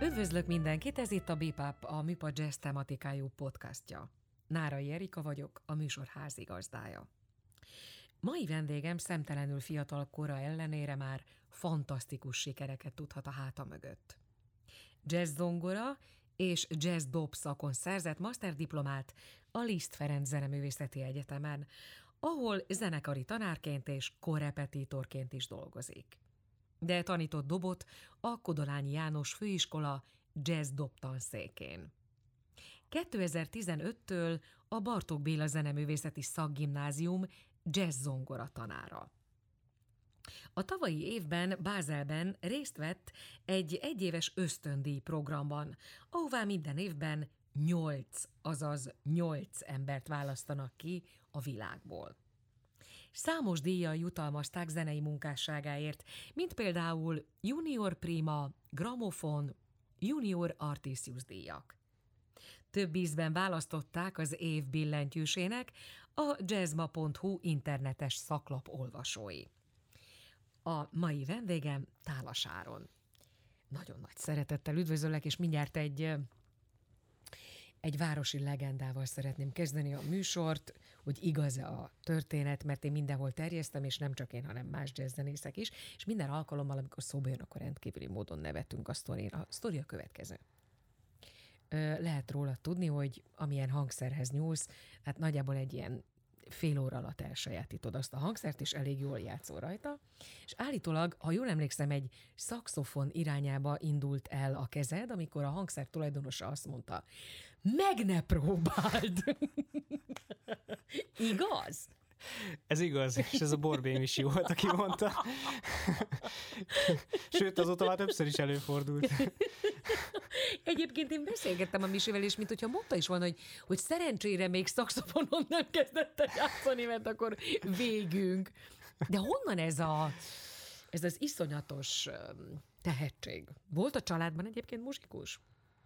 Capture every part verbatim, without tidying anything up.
Üdvözlök mindenkit, ez itt a Bipap, a Műpa Jazz tematikájú podcastja. Nárai Erika vagyok, a műsor házigazdája. Mai vendégem szemtelenül fiatal kora ellenére már fantasztikus sikereket tudhat a háta mögött. Jazz zongora és jazz dob szakon szerzett masterdiplomát a Liszt Ferenc Zeneművészeti Egyetemen, ahol zenekari tanárként és korrepetitorként is dolgozik. De tanított dobot a Kodolányi János Főiskola jazz dob tanszékén. kétezer-tizenöttől a Bartók Béla Zeneművészeti Szakgimnázium jazz zongora tanára. A tavalyi évben Bázelben részt vett egy egyéves ösztöndíj programban, ahová minden évben nyolc, azaz nyolc embert választanak ki a világból. Számos díjjal jutalmazták zenei munkásságáért, mint például Junior Prima, Gramofon, Junior Artisius díjak. Több ízben választották az év billentyűsének a jazzma pont hu internetes szaklap olvasói. A mai vendégem Tálas Áron. Nagyon nagy szeretettel üdvözöllek, és mindjárt egy, egy városi legendával szeretném kezdeni a műsort, hogy igaz a történet, mert én mindenhol terjesztem, és nem csak én, hanem más jazzzenészek is, és minden alkalommal, amikor szóba jön, akkor rendkívüli módon nevetünk a sztorin. A sztori a következő. Lehet róla tudni, hogy amilyen hangszerhez nyúlsz, hát nagyjából egy ilyen fél óra alatt elsajátítod azt a hangszert, és elég jól játszol rajta. És állítólag, ha jól emlékszem, egy szaxofon irányába indult el a kezed, amikor a hangszer tulajdonosa azt mondta, meg ne próbáld! Igaz? Ez igaz, és ez a Borbé Misi volt, aki mondta. Sőt, azóta már többször is előfordult. Egyébként én beszélgettem a Misivel, és mint hogyha mondta is volna, hogy, hogy szerencsére még szaxofonon nem kezdett el játszani, mert akkor végünk. De honnan ez, a, ez az iszonyatos tehetség? Volt a családban egyébként muzsikus?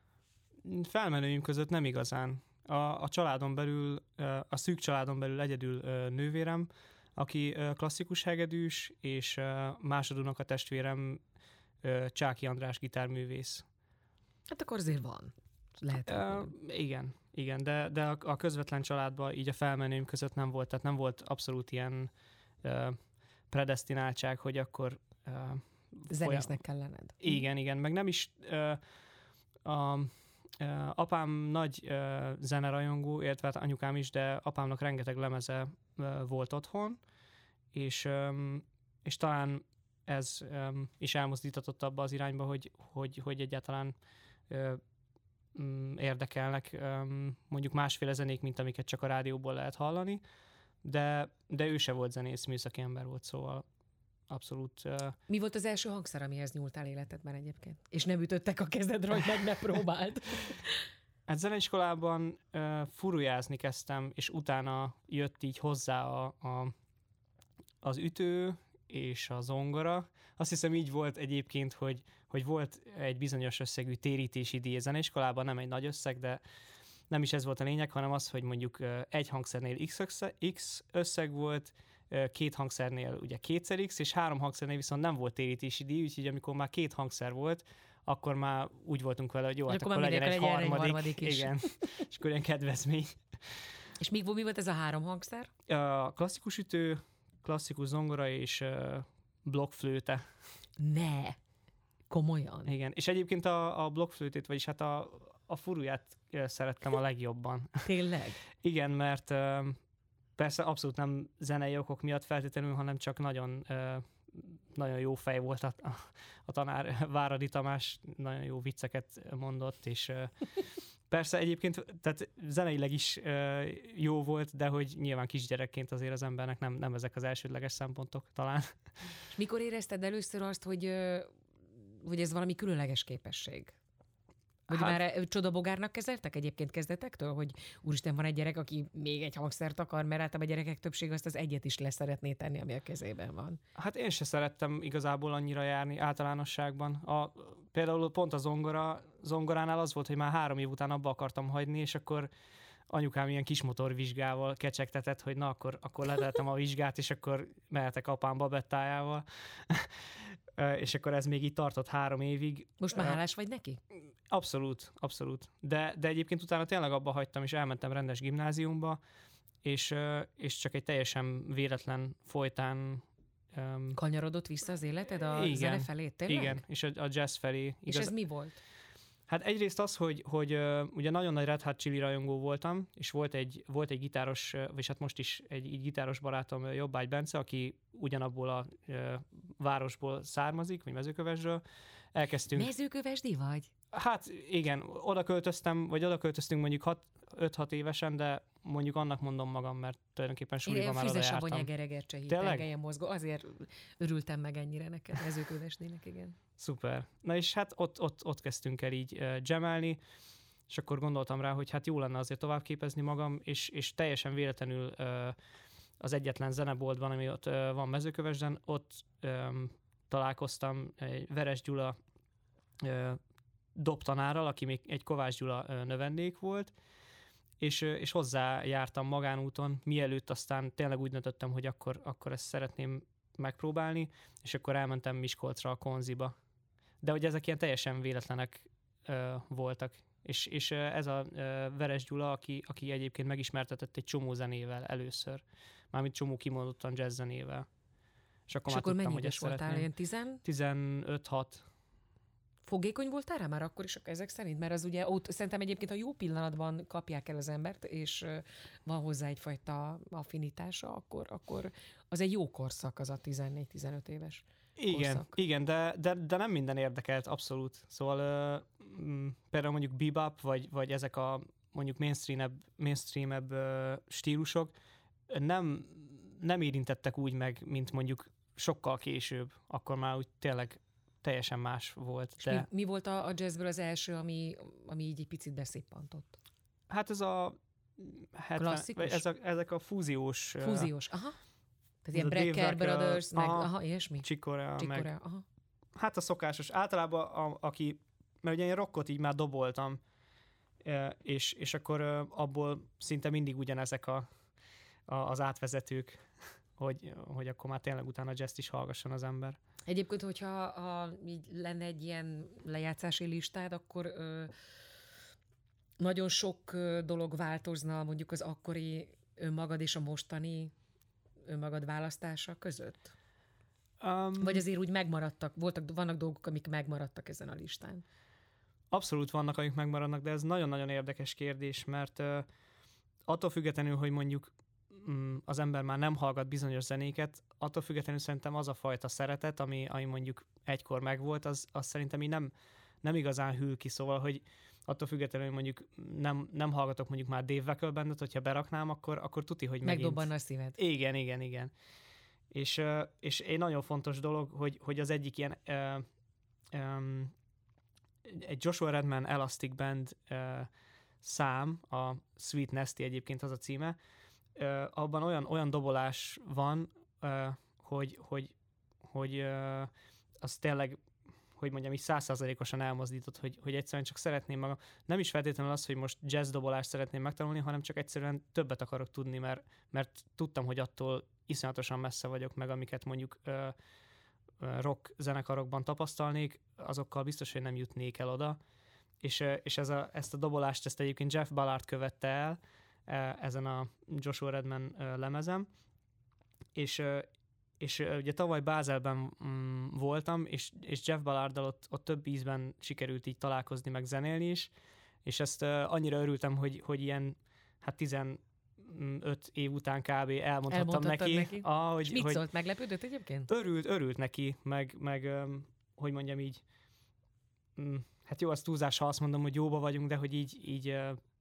Felmenőim között nem igazán. A, a családon belül, a szűk családon belül egyedül nővérem, aki klasszikus hegedűs, és másodunok a testvérem Csáki András gitárművész. Hát akkor azért van. Lehet. Uh, igen, igen, de, de a, a közvetlen családban így a felmenőim között nem volt, tehát nem volt abszolút ilyen uh, predesztináltság, hogy akkor uh, zenésznek kell lenned. Igen, igen, meg nem is uh, a Uh, apám nagy uh, zenerajongó, illetve hát anyukám is, de apámnak rengeteg lemeze uh, volt otthon, és, um, és talán ez um, is elmozdítatott abba az irányba, hogy, hogy, hogy egyáltalán uh, um, érdekelnek um, mondjuk másféle zenék, mint amiket csak a rádióból lehet hallani, de, de ő se volt zenész, műszaki ember volt, szóval abszolút. Uh... Mi volt az első hangszer, amihez nyúltál életedben egyébként? És nem ütöttek a kezedre, hogy meg ne próbáld? Hát zeneiskolában uh, furujázni kezdtem, és utána jött így hozzá a, a, az ütő és a zongora. Azt hiszem így volt egyébként, hogy, hogy volt egy bizonyos összegű térítési díj zeneiskolában, nem egy nagy összeg, de nem is ez volt a lényeg, hanem az, hogy mondjuk egy hangszernél X összeg, X összeg volt, két hangszernél ugye kétszer X, és három hangszernél viszont nem volt térítési díj, úgyhogy amikor már két hangszer volt, akkor már úgy voltunk vele, hogy jó, hát akkor, akkor legyen egy harmadik, egy harmadik is. Igen, és akkor ilyen kedvezmény. És mi, mi volt ez a három hangszer? A klasszikus ütő, klasszikus zongora és uh, blokkflőte. Ne! Komolyan? Igen, és egyébként a, a blokkflőtét, vagyis hát a, a furuját szerettem a legjobban. Tényleg? Igen, mert uh, persze abszolút nem zenei okok miatt feltétlenül, hanem csak nagyon, uh, nagyon jó fej volt a, a, a tanár, Váradi Tamás, nagyon jó vicceket mondott, és uh, persze egyébként tehát zeneileg is uh, jó volt, de hogy nyilván kisgyerekként azért az embernek nem, nem ezek az elsődleges szempontok talán. És mikor érezted először azt, hogy, uh, hogy ez valami különleges képesség? Vagy hát, már csodabogárnak kezeltek egyébként kezdetektől, hogy úristen, van egy gyerek, aki még egy hangszert akar, mert általában a gyerekek többsége azt az egyet is leszeretné tenni, ami a kezében van. Hát én se szerettem igazából annyira járni általánosságban. A, például pont a zongora, zongoránál az volt, hogy már három év után abba akartam hagyni, és akkor anyukám ilyen kis motorvizsgával kecsegtetett, hogy na, akkor, akkor leteltem a vizsgát, és akkor mehetek apám babettájával. és akkor ez még így tartott három évig. Most már hálás vagy neki? Abszolút, abszolút. De, de egyébként utána tényleg abba hagytam, és elmentem rendes gimnáziumba, és, és csak egy teljesen véletlen folytán Um, kanyarodott vissza az életed a igen, zene felé, tényleg? Igen, és a, a jazz felé. Igaz... És ez mi volt? Hát egyrészt az, hogy, hogy uh, ugye nagyon nagy Red Hot Chili rajongó voltam, és volt egy, volt egy gitáros, vagy hát most is egy, egy gitáros barátom, Jobbágy Bence, aki ugyanabból a uh, városból származik, vagy Mezőkövesdről. Elkezdtünk... Mezőkövesdi vagy? Hát igen, oda költöztem, vagy oda költöztünk mondjuk öt-hat évesen, de mondjuk annak mondom magam, mert tulajdonképpen súlyban már oda jártam. Füzesabony Egeregercsei tengelyen mozgó, azért örültem meg ennyire neked, Mezőkövesdének, igen. Szuper. Na és hát ott, ott, ott kezdtünk el így uh, jamelni, és akkor gondoltam rá, hogy hát jó lenne azért tovább képezni magam, és, és teljesen véletlenül uh, az egyetlen zeneboltban, ami ott uh, van Mezőkövesden, ott um, találkoztam egy Veres Gyula uh, dobtanárral, aki még egy Kovács Gyula uh, növendék volt, és, és hozzá jártam magánúton, mielőtt aztán tényleg úgy döntöttem, hogy akkor, akkor ezt szeretném megpróbálni, és akkor elmentem Miskolcra a Konziba. De hogy ezek ilyen teljesen véletlenek ö, voltak. És, és ez a ö, Veres Gyula, aki, aki egyébként megismertetett egy csomó zenével először. Mármint csomó kimondottan jazz zenével. És akkor, és már akkor tudtam, mennyi voltál? Ilyen tizen? tizenöt-hat. Fogékony voltál rá már akkor is ezek szerint? Mert az ugye ott szerintem egyébként a jó pillanatban kapják el az embert, és van hozzá egyfajta affinitása, akkor, akkor az egy jó korszak az a tizennégy-tizenöt éves igen, korszak. Igen, de, de, de nem minden érdekelt, abszolút. Szóval uh, például mondjuk bebop, vagy, vagy ezek a mondjuk mainstream-ebb, mainstream-ebb uh, stílusok nem, nem érintettek úgy meg, mint mondjuk sokkal később. Akkor már úgy tényleg teljesen más volt. És de... mi, mi volt a, a jazzből az első, ami, ami így egy picit beszippantott? Hát ez a... klasszikus? Ez a, ezek a fúziós... Fúziós, aha. Tehát ilyen Brecker Brothers, meg aha, aha ilyesmi? Chick Corea, meg... Aha. Hát a szokásos. Általában a, aki... Mert ugye én rockot így már doboltam, és, és akkor abból szinte mindig ugyanezek a, a, az átvezetők, hogy, hogy akkor már tényleg utána jazzt is hallgasson az ember. Egyébként, hogyha a, így lenne egy ilyen lejátszási listád, akkor ö, nagyon sok ö, dolog változna mondjuk az akkori önmagad és a mostani önmagad választása között? Um, Vagy azért úgy megmaradtak, voltak, vannak dolgok, amik megmaradtak ezen a listán? Abszolút vannak, amik megmaradnak, de ez nagyon-nagyon érdekes kérdés, mert uh, attól függetlenül, hogy mondjuk az ember már nem hallgat bizonyos zenéket, attól függetlenül szerintem az a fajta szeretet, ami, ami mondjuk egykor megvolt, az, az szerintem így nem, nem igazán hűl ki, szóval, hogy attól függetlenül, hogy mondjuk nem, nem hallgatok mondjuk már Dave Weckl bandet, hogyha beraknám, akkor, akkor tuti, hogy megint... Megdobbanna a szíved. Igen, igen, igen. És, és egy nagyon fontos dolog, hogy, hogy az egyik ilyen uh, um, egy Joshua Redman Elastic Band uh, szám, a Sweet Nasty egyébként az a címe, Uh, abban olyan, olyan dobolás van, uh, hogy, hogy, hogy uh, az tényleg, hogy mondjam, így száz százalékosan elmozdított, hogy, hogy egyszerűen csak szeretném magam. Nem is feltétlenül az, hogy most jazz dobolást szeretném megtanulni, hanem csak egyszerűen többet akarok tudni, mert, mert tudtam, hogy attól iszonyatosan messze vagyok meg, amiket mondjuk uh, rock zenekarokban tapasztalnék, azokkal biztos, hogy nem jutnék el oda. És, uh, és ez a, ezt a dobolást, ezt egyébként Jeff Ballard követte el, ezen a Joshua Redman lemezem, és, és ugye tavaly Bázelben mm, voltam, és, és Jeff Ballarddal ott, ott több ízben sikerült így találkozni, meg zenélni is, és ezt annyira örültem, hogy, hogy ilyen hát tizenöt év után kb. Elmondhattam neki. neki. Ah, hogy, és mit hogy szólt? Meglepődött egyébként? Örült, örült neki, meg, meg hogy mondjam így, hát jó, az túlzás, ha azt mondom, hogy jóba vagyunk, de hogy így, így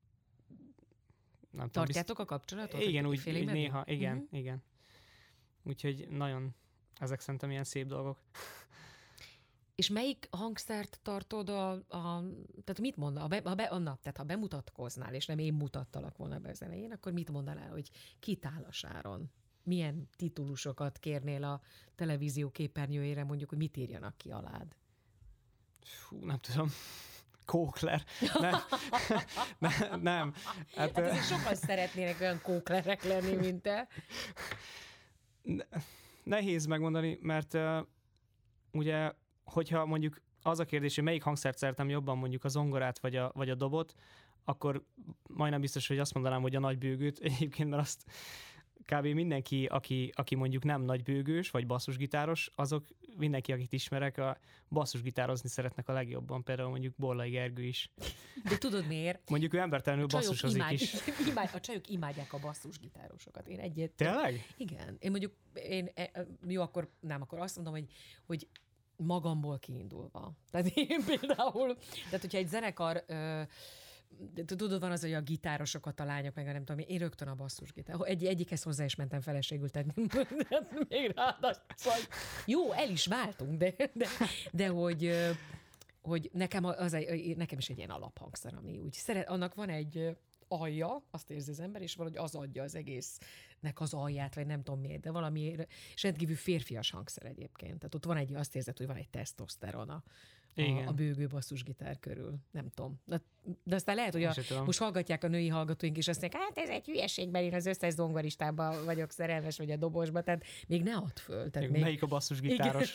nem tartjátok tudom, a kapcsolatot? Igen, úgy néha, igen, uh-huh. igen. Úgyhogy nagyon, ezek szerintem ilyen szép dolgok. És melyik hangszert tartod a, a tehát mit mond, ha, be, ha, be, na, tehát ha bemutatkoznál, és nem én mutattalak volna be az elején, akkor mit mondanál, hogy kit áll a sáron? Milyen titulusokat kérnél a televízió képernyőjére, mondjuk, hogy mit írjanak ki alád? Fú, nem tudom. Kókler. Nem. ne, nem. Hát, hát azért sokan szeretnének olyan kóklerek lenni, mint te. Ne, nehéz megmondani, mert uh, ugye, hogyha mondjuk az a kérdés, hogy melyik hangszert szeretem jobban, mondjuk a zongorát vagy a, vagy a dobot, akkor majdnem biztos, hogy azt mondanám, hogy a nagybőgőt. Egyébként, mert azt kb. Mindenki, aki, aki mondjuk nem nagybőgős, vagy basszusgitáros, azok mindenki, akit ismerek, a basszusgitározni szeretnek a legjobban, például mondjuk Borlai Gergő is. De tudod miért? Mondjuk ő embertelenül basszusozik imád, is. Imád, a csajok imádják a basszusgitárosokat. Én egyet... Tényleg? Igen. Én mondjuk, én, jó, akkor nem, akkor azt mondom, hogy, hogy magamból kiindulva. Tehát én például, tehát hogyha egy zenekar... Ö, tudod, van az, hogy a gitárosokat, a lányok, meg a nem tudom, én rögtön a basszusgitár. Egy, egyikhez hozzá is mentem feleségül, tehát még ráadásul. Jó, el is váltunk, de, de, de hogy, hogy nekem, az, nekem is egy ilyen alaphangszer, ami úgy szeret, annak van egy alja, azt érzi az ember, és valahogy az adja az egésznek az alját, vagy nem tudom miért, de valami, és rendkívül férfias hangszer egyébként. Tehát ott van egy, azt érzed, hogy van egy tesztoszteron a A, a bőgő basszusgitár körül. Nem tudom. De, de aztán lehet, hogy a, most hallgatják a női hallgatóink, és azt mondják, hát ez egy hülyeség, mert én az összes zongoristában vagyok szerelmes, vagy a dobosba, tehát még ne add föl. Tehát még... Melyik a basszusgitáros?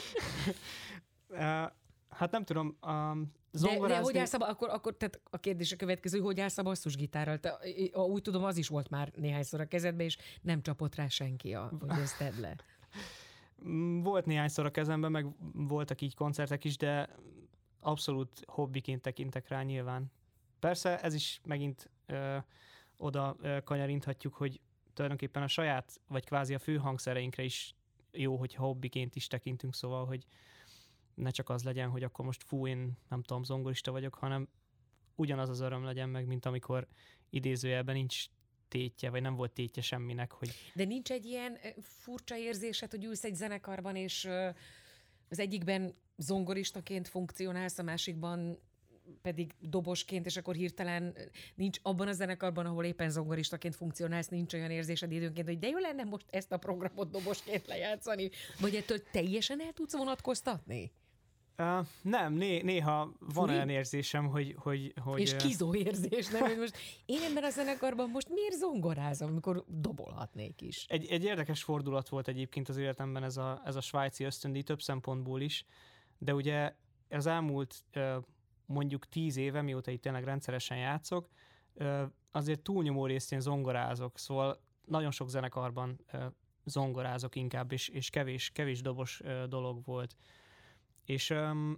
Hát nem tudom, um, zongorázni... De, de hogy állsz a, akkor, akkor tehát a kérdés a következő, hogy hogy állsz a basszusgitárral? Te, úgy tudom, az is volt már néhányszor a kezedbe, és nem csapott rá senki, a, hogy ezt tedd le. Volt néhányszor a kezemben, meg voltak így koncertek is, de abszolút hobbiként tekintek rá nyilván. Persze ez is megint ö, oda ö, kanyarinthatjuk, hogy tulajdonképpen a saját, vagy kvázi a fő hangszereinkre is jó, hogy hobbiként is tekintünk, szóval, hogy ne csak az legyen, hogy akkor most fú, én nem tudom, zongorista vagyok, hanem ugyanaz az öröm legyen meg, mint amikor idézőjelben nincs tétje, vagy nem volt tétje semminek. Hogy... De nincs egy ilyen furcsa érzésed, hogy ülsz egy zenekarban, és az egyikben zongoristaként funkcionálsz, a másikban pedig dobosként, és akkor hirtelen nincs abban a zenekarban, ahol éppen zongoristaként funkcionálsz, nincs olyan érzésed időnként, hogy de jó lenne most ezt a programot dobosként lejátszani, vagy ettől teljesen el tudsz vonatkoztatni? Uh, nem, né- néha van Furi? olyan érzésem, hogy... hogy, hogy és kizó érzés, nem? Hogy most én ebben a zenekarban most miért zongorázom, amikor dobolhatnék is? Egy, egy érdekes fordulat volt egyébként az életemben ez a, ez a svájci ösztöndíj több szempontból is, de ugye az elmúlt mondjuk tíz éve, mióta itt tényleg rendszeresen játszok, azért túlnyomó részt én zongorázok, szóval nagyon sok zenekarban zongorázok inkább, és, és kevés, kevés dobos dolog volt. És,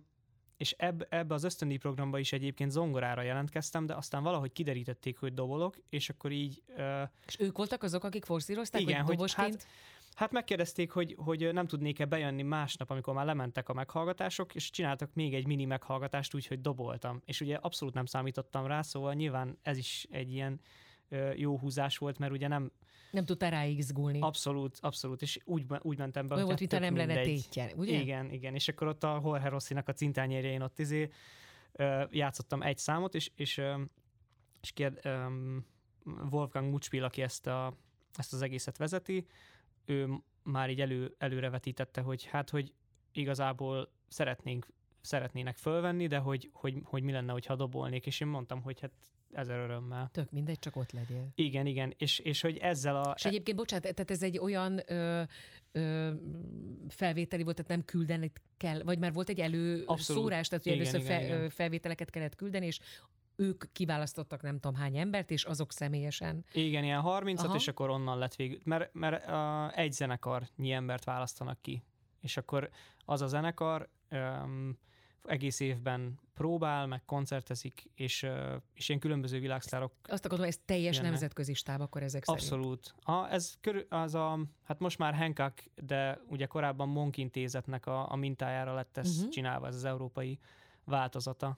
és ebb, ebbe az ösztöndíj programba is egyébként zongorára jelentkeztem, de aztán valahogy kiderítették, hogy dobolok, és akkor így... És ők voltak azok, akik forszírozták, igen, hogy dobosként? Hát, hát megkérdezték, hogy, hogy nem tudnék-e bejönni másnap, amikor már lementek a meghallgatások, és csináltak még egy mini meghallgatást úgy, hogy doboltam. És ugye abszolút nem számítottam rá, szóval nyilván ez is egy ilyen jó húzás volt, mert ugye nem... Nem tudtál ráigzgulni. Abszolút, abszolút, és úgy, úgy mentem be, olyan volt, mintha nem lenne tétje, ugye? Igen, igen, és akkor ott a Jorge Rossinak a cintányérjén ott izé játszottam egy számot, és, és, és kérd, um, Wolfgang Mucspil, aki ezt, a, ezt az egészet vezeti, ő már így elő, előrevetítette, hogy hát, hogy igazából szeretnénk, szeretnének fölvenni, de hogy, hogy, hogy mi lenne, hogyha dobolnék, és én mondtam, hogy hát ezer örömmel. Tök mindegy, csak ott legyél. Igen, igen, és, és hogy ezzel a... És egyébként, bocsánat, tehát ez egy olyan ö, ö, felvételi volt, tehát nem küldeni kell, vagy már volt egy előszórás, tehát hogy először igen, fe, igen. felvételeket kellett küldeni, és ők kiválasztottak nem tudom hány embert, és azok személyesen. Igen, ilyen harmincat, aha. És akkor onnan lett végül. Mert, mert uh, egy zenekarnyi embert választanak ki. És akkor az a zenekar um, egész évben próbál, meg koncertezik, és, uh, és ilyen különböző világsztárok. Azt akarom, ez teljes jönne. Nemzetközi stáb akkor ezek Abszolút. szerint. Abszolút. Ez körül, az a, hát most már Hancock, de ugye korábban Monk intézetnek a, a mintájára lett ez uh-huh. csinálva, ez az európai változata.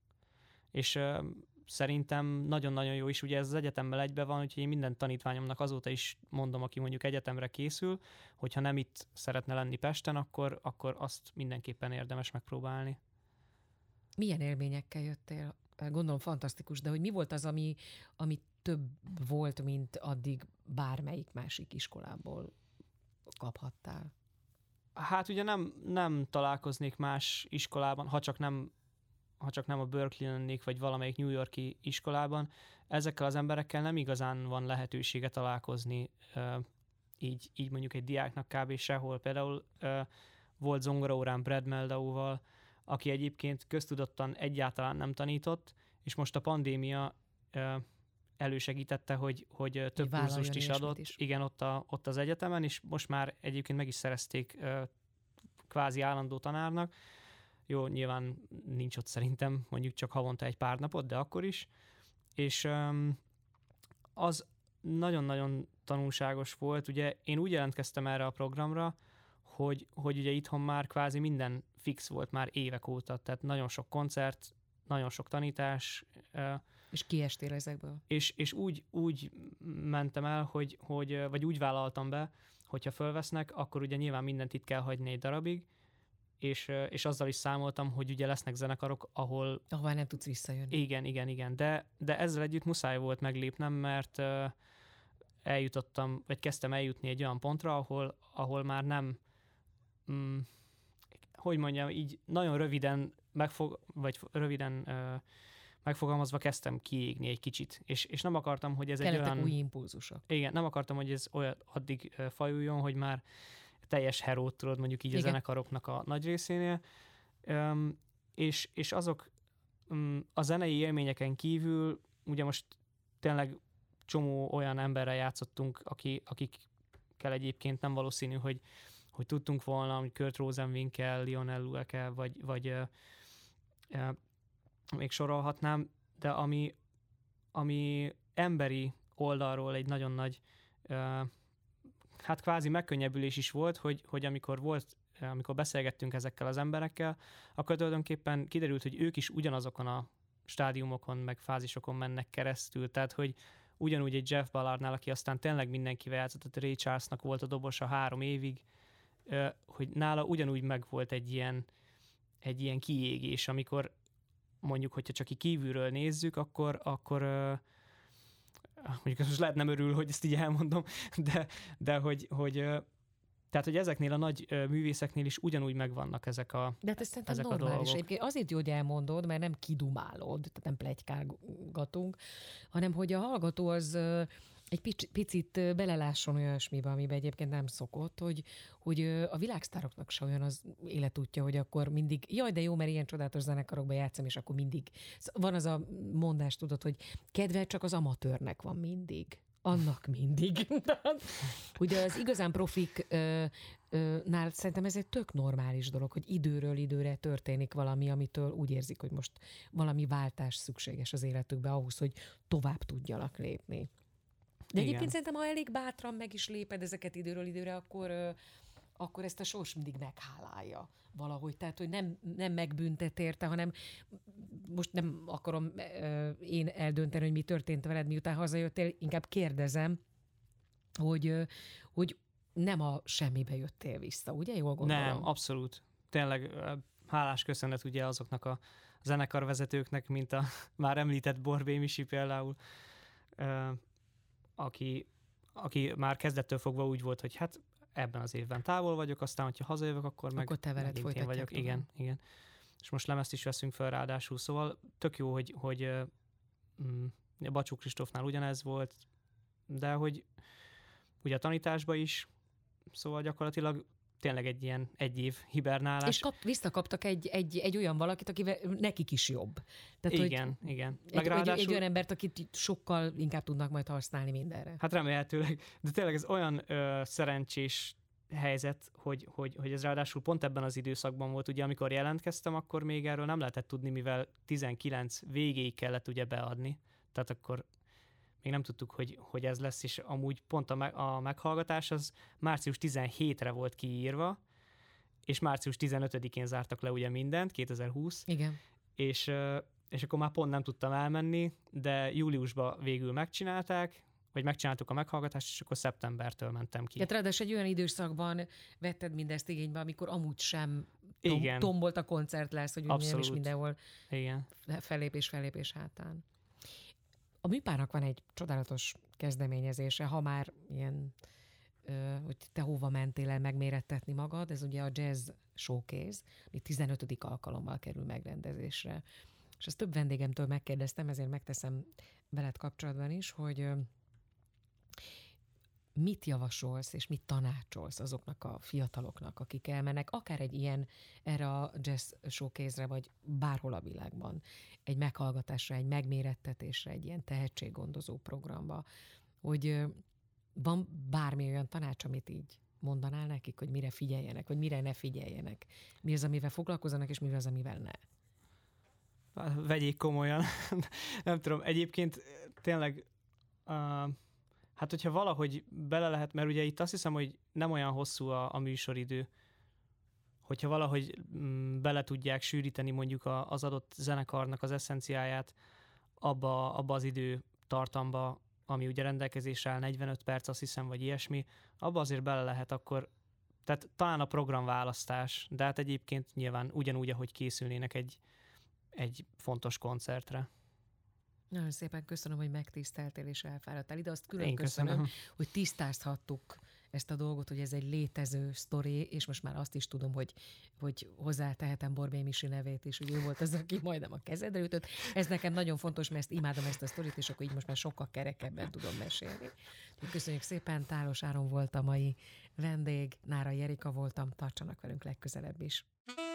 És uh, szerintem nagyon-nagyon jó is, ugye ez az egyetemmel egybe van, úgyhogy én minden tanítványomnak azóta is mondom, aki mondjuk egyetemre készül, hogyha nem itt szeretne lenni Pesten, akkor, akkor azt mindenképpen érdemes megpróbálni. Milyen élményekkel jöttél? Gondolom fantasztikus, de hogy mi volt az, ami, ami több volt, mint addig bármelyik másik iskolából kaphattál? Hát ugye nem, nem találkoznék más iskolában, ha csak nem ha csak nem a Berkeley lennék, vagy valamelyik New York-i iskolában, ezekkel az emberekkel nem igazán van lehetősége találkozni, így, így mondjuk egy diáknak kb. Sehol. Például volt zongoraórán Brad Meldauval, aki egyébként köztudottan egyáltalán nem tanított, és most a pandémia ö, elősegítette, hogy, hogy több kurzust is adott. Is. Igen, ott, a, ott az egyetemen, és most már egyébként meg is szerezték ö, kvázi állandó tanárnak. Jó, nyilván nincs ott szerintem mondjuk csak havonta egy pár napot, de akkor is. És ö, az nagyon-nagyon tanulságos volt. Ugye én úgy jelentkeztem erre a programra, hogy, hogy ugye itthon már kvázi minden fix volt már évek óta, tehát nagyon sok koncert, nagyon sok tanítás. És kiestél ezekből? És, és úgy, úgy mentem el, hogy, hogy, vagy úgy vállaltam be, hogyha fölvesznek, akkor ugye nyilván mindent itt kell hagyni egy darabig, és, és azzal is számoltam, hogy ugye lesznek zenekarok, ahol... Ahová nem tudsz visszajönni. Igen, igen, igen, de, de ezzel együtt muszáj volt meglépnem, mert eljutottam, vagy kezdtem eljutni egy olyan pontra, ahol, ahol már nem, mm, hogy mondjam, így nagyon röviden, megfog, vagy röviden uh, megfogalmazva kezdtem kiégni egy kicsit, és, és nem akartam, hogy ez Kellettek egy olyan... új impulzusok. Igen, nem akartam, hogy ez olyan addig uh, fajuljon, hogy már teljes herót tudod mondjuk így igen. a zenekaroknak a nagy részénél, um, és, és azok um, a zenei élményeken kívül, ugye most tényleg csomó olyan emberrel játszottunk, aki, akikkel egyébként nem valószínű, hogy, hogy tudtunk volna, hogy Kurt Rosenwinkel, Lionel Lueke, vagy, vagy uh, uh, még sorolhatnám, de ami, ami emberi oldalról egy nagyon nagy uh, hát kvázi megkönnyebbülés is volt, hogy, hogy amikor volt, amikor beszélgettünk ezekkel az emberekkel, akkor tulajdonképpen kiderült, hogy ők is ugyanazokon a stádiumokon, meg fázisokon mennek keresztül, tehát hogy ugyanúgy egy Jeff Ballardnál, aki aztán tényleg mindenkivel játszott, tehát Ray Charlesnak volt a dobosa három évig, hogy nála ugyanúgy megvolt egy ilyen, egy ilyen kiégés, amikor mondjuk, hogyha csak kívülről nézzük, akkor, akkor mondjuk most lehet nem örül, hogy ezt így elmondom, de, de hogy, hogy tehát, hogy ezeknél a nagy művészeknél is ugyanúgy megvannak ezek a De hát ez szerintem normális. Egyébként azért jó, hogy elmondod, mert nem kidumálod, tehát nem pletykálgatunk, hanem hogy a hallgató az egy pic- picit belelásson olyasmibe, amiben egyébként nem szokott, hogy, hogy a világsztároknak se olyan az életútja, hogy akkor mindig, jaj, de jó, mert ilyen csodálatos zenekarokban játszom, és akkor mindig. Van az a mondás, tudod, hogy kedve csak az amatőrnek van mindig. Annak mindig. Ugye az igazán profiknál szerintem ez egy tök normális dolog, hogy időről időre történik valami, amitől úgy érzik, hogy most valami váltás szükséges az életükbe ahhoz, hogy tovább tudjanak lépni. De igen. Egyébként szerintem, ha elég bátran meg is léped ezeket időről időre, akkor, akkor ezt a sors mindig meghálálja valahogy. Tehát, hogy nem, nem megbüntet érte, hanem most nem akarom én eldönteni, hogy mi történt veled, miután hazajöttél, inkább kérdezem, hogy, hogy nem a semmibe jöttél vissza, ugye? Jól gondolom? Nem, abszolút. Tényleg hálás köszönet ugye azoknak a zenekarvezetőknek, mint a már említett Borbély Misi például, aki, aki már kezdettől fogva úgy volt, hogy hát ebben az évben távol vagyok, aztán, hogyha hazajövök, akkor meg akkor te veled folytatják vagyok. Tudom. Igen, igen. És most lemezt is veszünk fel ráadásul, szóval tök jó, hogy, hogy mm, Bacsó Kristófnál ugyanez volt, de hogy ugye a tanításban is, szóval gyakorlatilag tényleg egy ilyen egy év hibernálás. És kap, visszakaptak egy, egy, egy olyan valakit, akivel nekik is jobb. Tehát, igen, igen. Meg egy, ráadásul... egy, egy olyan embert, akit sokkal inkább tudnak majd használni mindenre. Hát remélhetőleg. De tényleg ez olyan ö, szerencsés helyzet, hogy, hogy, hogy ez ráadásul pont ebben az időszakban volt, ugye amikor jelentkeztem, akkor még erről nem lehetett tudni, mivel tizenkilenc végéig kellett ugye beadni. Tehát akkor még nem tudtuk, hogy, hogy ez lesz, és amúgy pont a, me- a meghallgatás az március tizenhétre volt kiírva, és március tizenötödikén zártak le ugye mindent, kétezer-húsz. Igen. És, és akkor már pont nem tudtam elmenni, de júliusban végül megcsinálták, vagy megcsináltuk a meghallgatást, és akkor szeptembertől mentem ki. Tehát ráadásul egy olyan időszakban vetted mindezt igénybe, amikor amúgy sem tom- Igen. tombolt a koncert lesz, hogy úgy is mindenhol Igen. fellépés, fellépés hátán. A műpárnak van egy csodálatos kezdeményezése, ha már ilyen, ö, hogy te hova mentél el megmérettetni magad, ez ugye a Jazz Showcase, ami tizenötödik alkalommal kerül megrendezésre. És ezt több vendégemtől megkérdeztem, ezért megteszem veled kapcsolatban is, hogy ö, mit javasolsz és mit tanácsolsz azoknak a fiataloknak, akik elmennek, akár egy ilyen erre a jazz showcase-re, vagy bárhol a világban, egy meghallgatásra, egy megmérettetésre, egy ilyen tehetséggondozó programba, hogy van bármi olyan tanács, amit így mondanál nekik, hogy mire figyeljenek, vagy mire ne figyeljenek? Mi az, amivel foglalkozzanak, és mi az, amivel ne? Vegyék komolyan. Nem tudom, egyébként tényleg uh, hát hogyha valahogy bele lehet, mert ugye itt azt hiszem, hogy nem olyan hosszú a, a műsoridő, hogyha valahogy mm, bele tudják sűríteni mondjuk a, az adott zenekarnak az eszenciáját abba, abba az idő tartamba, ami ugye rendelkezésre áll, negyvenöt perc, azt hiszem, vagy ilyesmi, abba azért bele lehet akkor, tehát talán a programválasztás, de hát egyébként nyilván ugyanúgy, ahogy készülnének egy, egy fontos koncertre. Nagyon szépen köszönöm, hogy megtiszteltél és elfáradtál ide. Azt külön Én köszönöm, köszönöm, hogy tisztázhattuk ezt a dolgot, hogy ez egy létező sztori, és most már azt is tudom, hogy, hogy hozzátehetem Borbély Misi nevét is, hogy ő volt az, aki majdnem a kezedre ütött. Ez nekem nagyon fontos, mert ezt imádom ezt a sztorit, és akkor így most már sokkal kerekebben tudom mesélni. Köszönjük szépen, Tálos Áron volt a mai vendég, Nárai Erika voltam, tartsanak velünk legközelebb is.